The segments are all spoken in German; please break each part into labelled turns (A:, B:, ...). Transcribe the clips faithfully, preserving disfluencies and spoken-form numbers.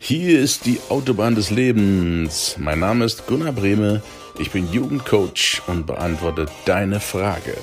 A: Hier ist die Autobahn des Lebens. Mein Name ist Gunnar Brehme. Ich bin Jugendcoach und beantworte deine Frage.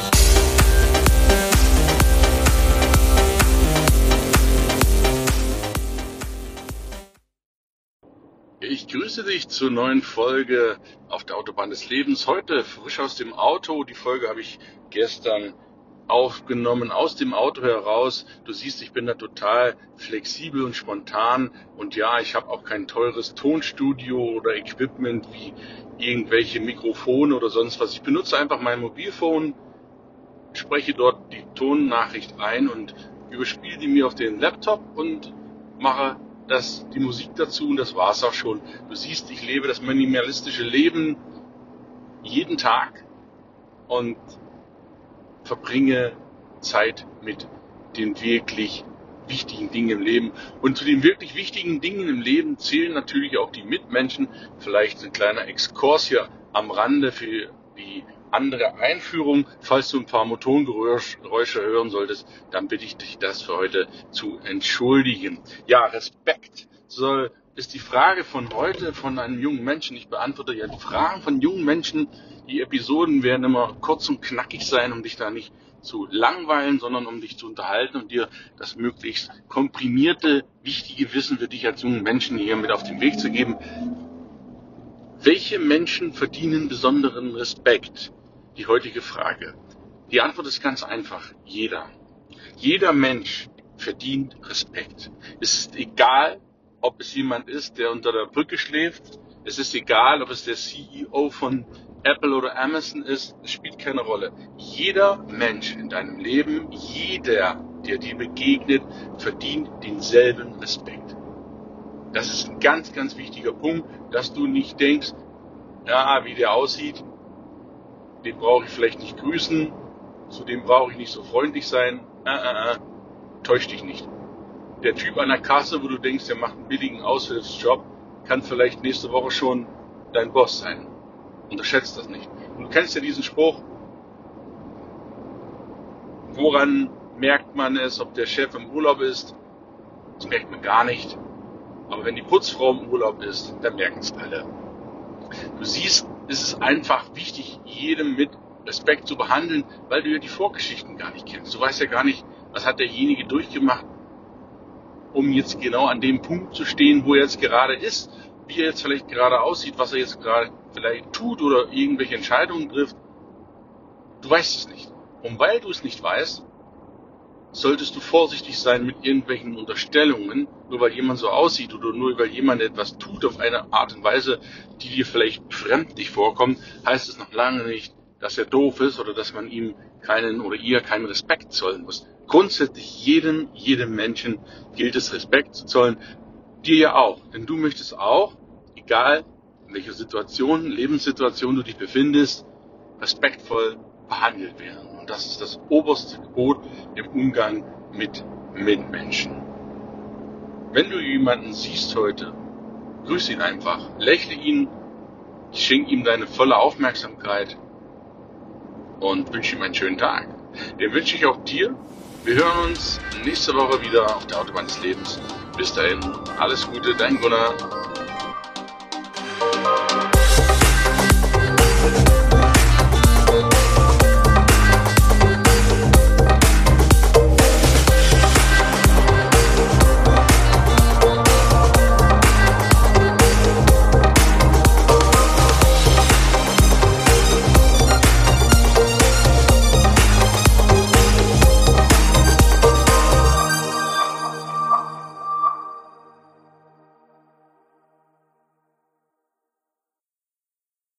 A: Ich grüße dich zur neuen Folge auf der Autobahn des Lebens. Heute frisch aus dem Auto. Die Folge habe ich gestern aufgenommen, aus dem Auto heraus. Du siehst, ich bin da total flexibel und spontan. Und ja, ich habe auch kein teures Tonstudio oder Equipment wie irgendwelche Mikrofone oder sonst was. Ich benutze einfach mein Mobilphone, spreche dort die Tonnachricht ein und überspiele die mir auf den Laptop und mache das, die Musik dazu, und das war's auch schon. Du siehst, ich lebe das minimalistische Leben jeden Tag und verbringe Zeit mit den wirklich wichtigen Dingen im Leben. Und zu den wirklich wichtigen Dingen im Leben zählen natürlich auch die Mitmenschen. Vielleicht ein kleiner Exkurs hier am Rande für die andere Einführung. Falls du ein paar Motorengeräusche hören solltest, dann bitte ich dich, das für heute zu entschuldigen. Ja, Respekt soll ist die Frage von heute von einem jungen Menschen. Ich beantworte ja die Fragen von jungen Menschen. Die Episoden werden immer kurz und knackig sein, um dich da nicht zu langweilen, sondern um dich zu unterhalten und dir das möglichst komprimierte, wichtige Wissen für dich als jungen Menschen hier mit auf den Weg zu geben. Welche Menschen verdienen besonderen Respekt? Die heutige Frage. Die Antwort ist ganz einfach. Jeder. Jeder Mensch verdient Respekt. Es ist egal, ob es jemand ist, der unter der Brücke schläft. Es ist egal, ob es der C E O von Apple oder Amazon ist. Es spielt keine Rolle. Jeder Mensch in deinem Leben, jeder, der dir begegnet, verdient denselben Respekt. Das ist ein ganz, ganz wichtiger Punkt, dass du nicht denkst, ja, wie der aussieht, den brauche ich vielleicht nicht grüßen, zu dem brauche ich nicht so freundlich sein. Äh, äh, äh. Täusch dich nicht. Der Typ an der Kasse, wo du denkst, der macht einen billigen Aushilfsjob, kann vielleicht nächste Woche schon dein Boss sein. Unterschätzt das nicht. Und du kennst ja diesen Spruch, woran merkt man es, ob der Chef im Urlaub ist? Das merkt man gar nicht. Aber wenn die Putzfrau im Urlaub ist, dann merken es alle. Du siehst, es ist einfach wichtig, jedem mit Respekt zu behandeln, weil du ja die Vorgeschichten gar nicht kennst. Du weißt ja gar nicht, was hat derjenige durchgemacht, um jetzt genau an dem Punkt zu stehen, wo er jetzt gerade ist, wie er jetzt vielleicht gerade aussieht, was er jetzt gerade vielleicht tut oder irgendwelche Entscheidungen trifft. Du weißt es nicht. Und weil du es nicht weißt, solltest du vorsichtig sein mit irgendwelchen Unterstellungen, nur weil jemand so aussieht oder nur weil jemand etwas tut auf eine Art und Weise, die dir vielleicht befremdlich vorkommt, heißt es noch lange nicht, dass er doof ist oder dass man ihm keinen oder ihr keinen Respekt zollen muss. Grundsätzlich jedem, jedem Menschen gilt es, Respekt zu zollen. Dir ja auch, denn du möchtest auch, egal in welcher Situation, Lebenssituation du dich befindest, respektvoll behandelt werden. Und das ist das oberste Gebot im Umgang mit Mitmenschen. Wenn du jemanden siehst heute, grüß ihn einfach, lächle ihn, schenk ihm deine volle Aufmerksamkeit und wünsche ihm einen schönen Tag. Den wünsche ich auch dir. Wir hören uns nächste Woche wieder auf der Autobahn des Lebens. Bis dahin, alles Gute, dein Gunnar.